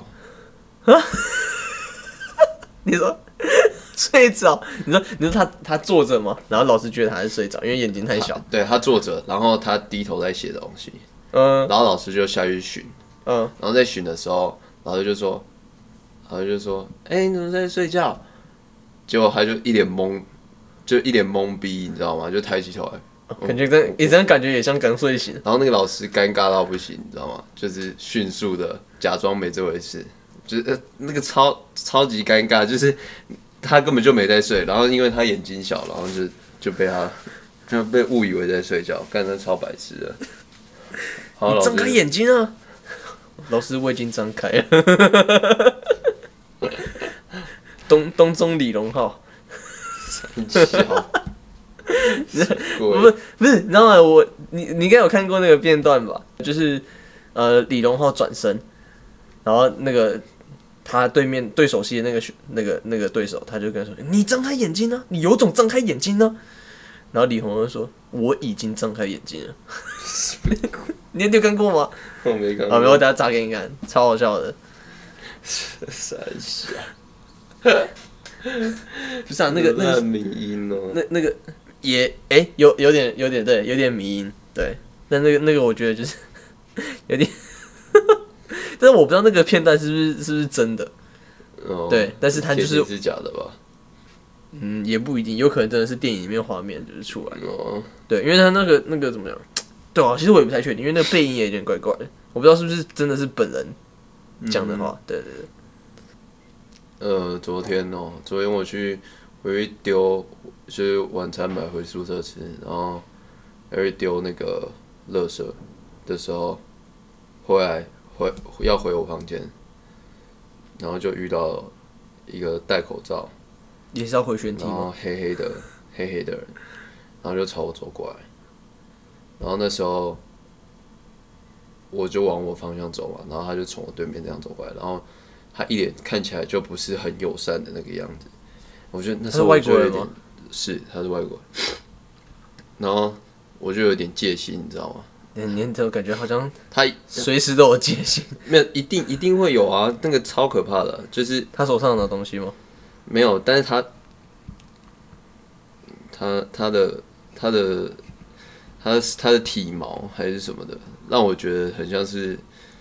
Speaker 2: 你说睡着？你说他坐着吗？然后老师觉得他是睡着，因为眼睛太小。
Speaker 1: 对，他坐着，然后他低头在写东西，然后老师就下去巡，然后在巡的时候，老师就说。你怎么在睡觉？结果他就一脸懵逼，你知道吗？就抬起头来，
Speaker 2: 感觉这样感觉也像刚睡醒。
Speaker 1: 然后那个老师尴尬到不行，你知道吗？就是迅速的假装没这回事，就是那个超级尴尬，就是他根本就没在睡，然后因为他眼睛小，然后就被他就被误以为在睡觉，干得超白痴的。好，
Speaker 2: 你睁开眼睛啊！老师，我已经张开了。东中李荣浩。
Speaker 1: 笑。
Speaker 2: 不是，你知道吗？你应该有看过那个片段吧？就是李荣浩转身，然后那个他对手戏的那个对手，他就跟他说：“你张开眼睛啊，你有种张开眼睛啊！”然后李红就说：“我已经张开眼睛了。”你有看过吗？
Speaker 1: 我没看过。
Speaker 2: 好，我等下炸给你看，超好笑的。
Speaker 1: 傻笑。
Speaker 2: 不是啊，那个
Speaker 1: 迷音哦。
Speaker 2: 那个也有点对，有点迷音对，但那个我觉得就是有点，但是我不知道那个片段是不是真的。
Speaker 1: 哦。
Speaker 2: 对，但是他就是
Speaker 1: 是假的吧？
Speaker 2: 也不一定，有可能真的是电影里面画面就是出来的。
Speaker 1: 哦。
Speaker 2: 对，因为他那个怎么样？对啊，其实我也不太确定，因为那个背音也有点怪怪的，我不知道是不是真的是本人讲的话。对。
Speaker 1: 昨天我去丢，就是晚餐买回宿舍吃，然后要去丢那个垃圾的时候，要回我房间，然后就遇到一个戴口罩，
Speaker 2: 也是要回旋梯
Speaker 1: 然后
Speaker 2: 吗？
Speaker 1: 黑黑的人，然后就朝我走过来，然后那时候我就往我方向走嘛，然后他就从我对面这样走过来，然后他一脸看起来就不是很友善的那个样子，我觉得那时候我就有点是他是外国人，然后我就有点戒心，你知道吗？
Speaker 2: 你这感觉好像
Speaker 1: 他
Speaker 2: 随时都有戒心。
Speaker 1: 没有一定会有啊，那个超可怕的，就是
Speaker 2: 他手上的东西吗？
Speaker 1: 没有，但是他的体毛还是什么的，让我觉得很像是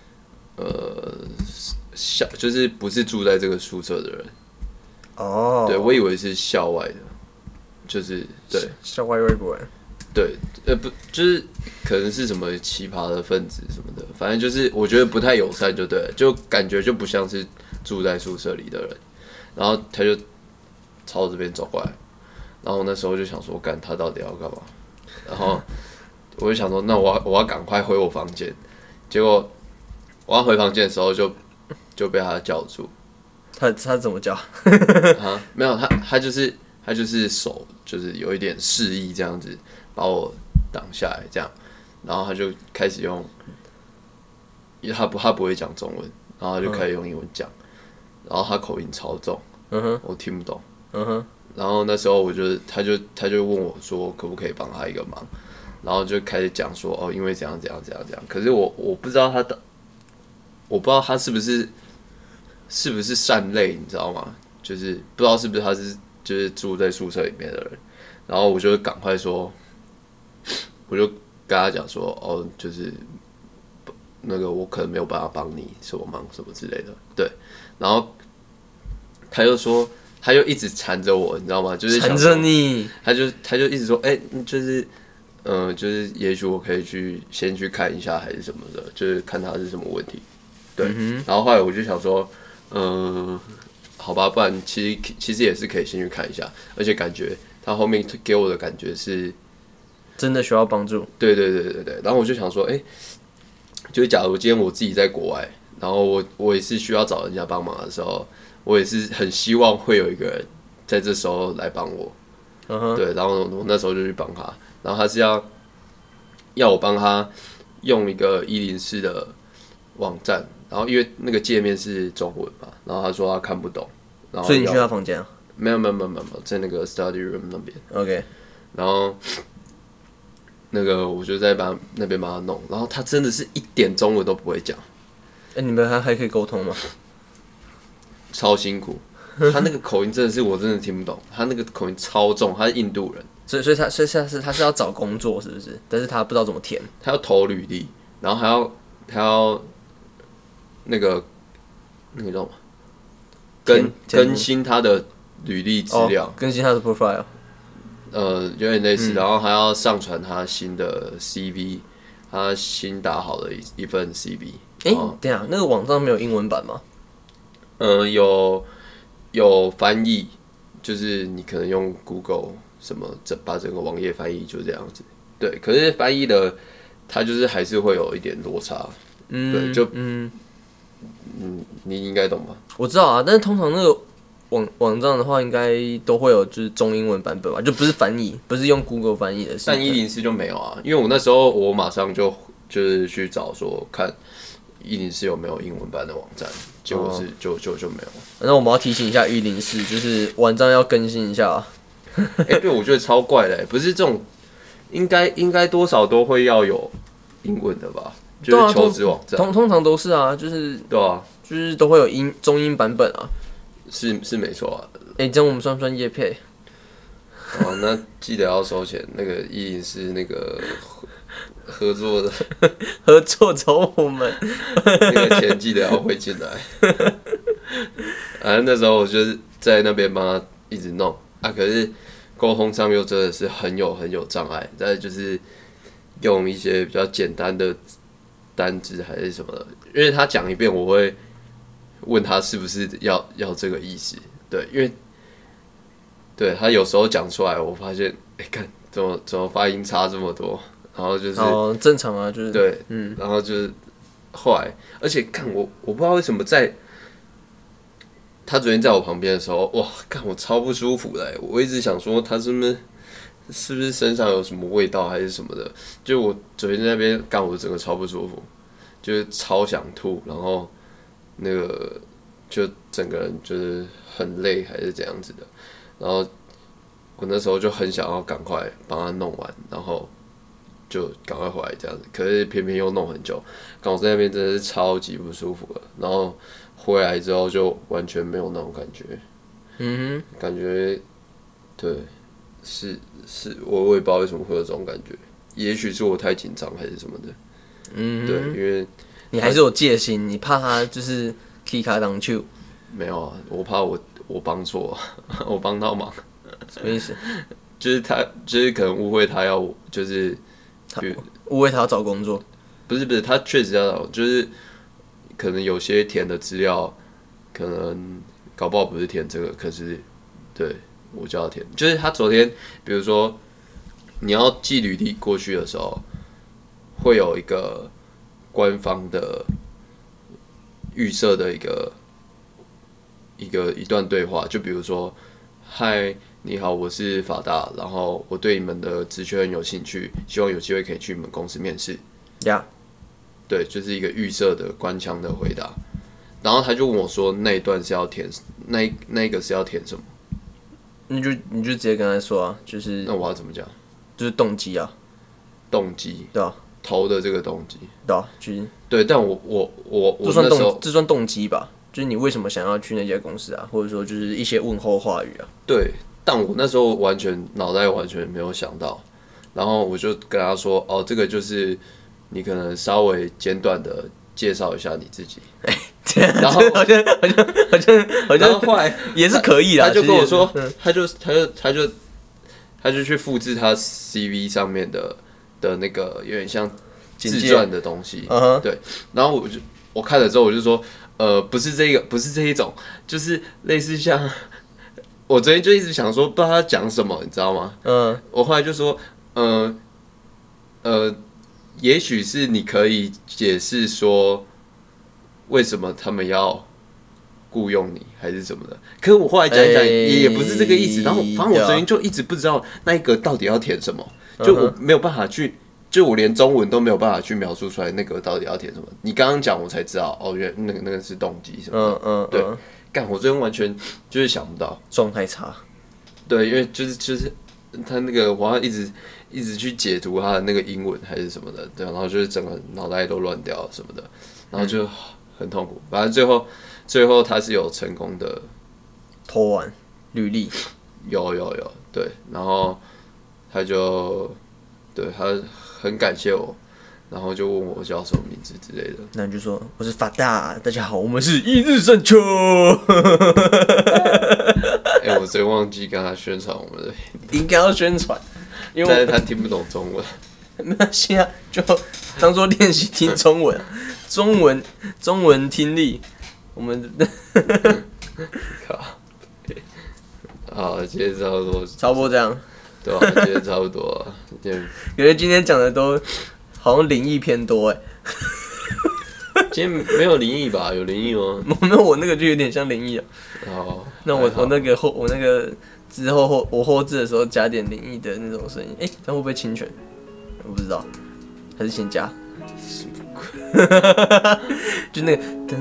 Speaker 1: 就是不是住在这个宿舍的人。
Speaker 2: 哦。
Speaker 1: 对，我以为是校外的，就是对
Speaker 2: 校外外国人。
Speaker 1: 对，不就是可能是什么奇葩的分子什么的，反正就是我觉得不太友善，就对了，就感觉就不像是住在宿舍里的人。然后他就朝我这边走过来，然后我那时候就想说，干他到底要干嘛？然后我就想说，那我要赶快回我房间。结果我要回房间的时候就被他叫住。
Speaker 2: 他怎么叫？
Speaker 1: 啊，没有，他就是手就是有一点示意这样子把我挡下来这样，然后他就开始用，因为他不会讲中文，然后他就开始用英文讲，然后他口音超重，我听不懂，然后那时候他就问我说可不可以帮他一个忙，然后就开始讲说哦，因为怎样，可是我不知道他是不是善类，你知道吗？就是不知道是不是他是就是住在宿舍里面的人，然后我就赶快说，我就跟他讲说，哦，就是那个我可能没有办法帮你什么忙什么之类的，对，然后他就说，他就一直缠着我，你知道吗？就是
Speaker 2: 缠着你，
Speaker 1: 他就一直说，就是就是也许我可以先去看一下还是什么的，就是看他是什么问题，对，然后后来我就想说。好吧，不然其实也是可以先去看一下，而且感觉他后面给我的感觉是
Speaker 2: 真的需要帮助。
Speaker 1: 对，然后我就想说，就是假如今天我自己在国外，然后我也是需要找人家帮忙的时候，我也是很希望会有一个人在这时候来帮我，对，然后我那时候就去帮他，然后他是要我帮他用一个104的网站。然后因为那个界面是中文嘛，然后他说他看不懂，然后
Speaker 2: 所以你去他房间啊？
Speaker 1: 没有，在那个 study room 那边。
Speaker 2: OK。
Speaker 1: 然后那个我就在那边帮他弄，然后他真的是一点中文都不会讲。
Speaker 2: 你们还可以沟通吗？
Speaker 1: 超辛苦，他那个口音真的是我真的听不懂，他那个口音超重，他是印度人。
Speaker 2: 所以他是要找工作是不是？但是他不知道怎么填。
Speaker 1: 他要投履历，然后还要那个叫什么？更新他的履历资料，
Speaker 2: 更新他的 profile。
Speaker 1: 有点类似，然后还要上传他新的 CV， 他新打好的一份 CV。
Speaker 2: 等一下，那个网站没有英文版吗？
Speaker 1: 有翻译， 就是你可能用 Google 什么把整个网页翻译就这样子，对。可是翻译的它就是还是会有一点落差，对，就你应该懂吧？
Speaker 2: 我知道啊，但是通常那个网站的话，应该都会有就是中英文版本吧，就不是翻译，不是用 Google 翻译的。
Speaker 1: 但104就没有啊，因为我那时候我马上就是去找说看104有没有英文版的网站，结果是就没有。
Speaker 2: 那我们要提醒一下104，就是网站要更新一下啊。
Speaker 1: 对，我觉得超怪的，不是这种应该多少都会要有英文的吧？就是求职网站，
Speaker 2: 通常都是啊，就是
Speaker 1: 对啊，
Speaker 2: 就是都会有中英版本啊。
Speaker 1: 是没错啊。
Speaker 2: 这样我们算不算业配？
Speaker 1: 哦，那记得要收钱。那个104那个合作的
Speaker 2: 合作找我们，
Speaker 1: 那个钱记得要汇进来。反正那时候我就是在那边帮他一直弄啊，可是沟通上又真的是很有障碍。再就是用一些比较简单的单字还是什么的，因为他讲一遍，我会问他是不是要这个意思。对，因为对他有时候讲出来，我发现看怎么发音差这么多，然后就是
Speaker 2: 正常啊，就是
Speaker 1: 对，然后就是后来，而且看我不知道为什么他昨天在我旁边的时候，哇，看我超不舒服的，我一直想说他是不是身上有什么味道还是什么的，就我昨天在那边干，我整个超不舒服，就是超想吐，然后那个就整个人就是很累还是怎样子的，然后我那时候就很想要赶快帮他弄完，然后就赶快回来这样子，可是偏偏又弄很久，刚好在那边真的是超级不舒服的，然后回来之后就完全没有那种感觉，感觉对，是我也不知道为什么会有这种感觉，也许是我太紧张还是什么的，对，因为
Speaker 2: 你还是有戒心，你怕他就是踢卡当球。
Speaker 1: 没有啊，我怕我帮错，我帮到忙。
Speaker 2: 什么意思？
Speaker 1: 就是他，就是可能误会他要，就是
Speaker 2: 误会他要找工作。
Speaker 1: 不是，他确实要找，就是可能有些填的资料，可能搞不好不是填这个，可是对我就要填。就是他昨天，比如说你要寄履历过去的时候，会有一个官方的预设的一段对话，就比如说，嗨，你好，我是法大，然后我对你们的职缺很有兴趣，希望有机会可以去你们公司面试。对，就是一个预设的官腔的回答。然后他就问我说，那一段是要填，那一个是要填什么？
Speaker 2: 你就直接跟他说啊，就是
Speaker 1: 那我要怎么讲？
Speaker 2: 就是动机啊，
Speaker 1: 动机，
Speaker 2: 对啊，
Speaker 1: 投的这个动机，
Speaker 2: 对啊，就是
Speaker 1: 对，但我那时候
Speaker 2: 这算动机吧？就是你为什么想要去那家公司啊？或者说就是一些问候话语啊？
Speaker 1: 对，但我那时候脑袋完全没有想到，然后我就跟他说，哦，这个就是你可能稍微简短的介绍一下你自己，然后
Speaker 2: 好像后来也是可以啦。
Speaker 1: 他就跟我说，他就去复制他 CV 上面的那个有点像自传的东西，对，然后我看了之后我就说，不是这一种，就是类似像我昨天就一直想说不知道他讲什么，你知道吗？我后来就说，也许是你可以解释说为什么他们要雇佣你还是什么的，可是我后来讲一讲也不是这个意思，然后反正我昨天就一直不知道那一个到底要填什么，就我没有办法去。就我连中文都没有办法去描述出来，那个到底要填什么？你刚刚讲我才知道，哦，原来那个是动机什么的。对，干我昨天完全就是想不到，
Speaker 2: 状态差。
Speaker 1: 对，因为就是他那个我要一直去解读他的那个英文还是什么的，对，然后就是整个脑袋都乱掉什么的，然后就很痛苦。反正最后他是有成功的
Speaker 2: 投完履历，
Speaker 1: 有对，然后他就对他。很感谢我，然后就问我叫什么名字之类的。
Speaker 2: 那你就说我是法大，大家好，我们是一日三秋。
Speaker 1: 我真忘记跟他宣传我们的，
Speaker 2: 应该要宣传，
Speaker 1: 但是他听不懂中文。
Speaker 2: 那现在就当做练习听中文，中文听力，我们
Speaker 1: 靠， 好，今天差不多，
Speaker 2: 差不多这样。
Speaker 1: 对啊，今天差不多啊。
Speaker 2: 感觉今天讲的都好像灵异偏多哎。
Speaker 1: 今天没有灵异吧？有灵异吗？
Speaker 2: 我那个就有点像灵异啊。
Speaker 1: 哦，
Speaker 2: 那我那个之后我后置的时候加点灵异的那种声音，这样会不会侵权？我不知道，还是先加。就那个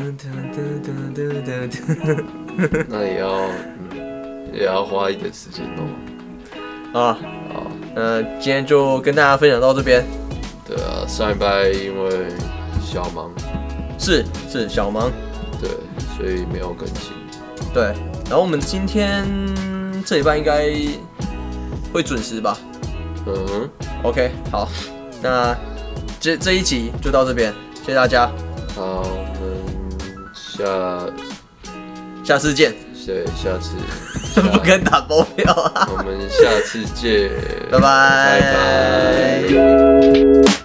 Speaker 1: 那也要花一点时间弄。
Speaker 2: 啊，好，今天就跟大家分享到这边。
Speaker 1: 对啊，上礼拜因为小忙，
Speaker 2: 是小忙，
Speaker 1: 对，所以没有更新。
Speaker 2: 对，然后我们今天这礼拜应该会准时吧？OK， 好，那这一集就到这边，谢谢大家。
Speaker 1: 好，我们
Speaker 2: 下次见。
Speaker 1: 对，下次
Speaker 2: 不敢打包票啊。
Speaker 1: 我们下次见，
Speaker 2: 拜拜。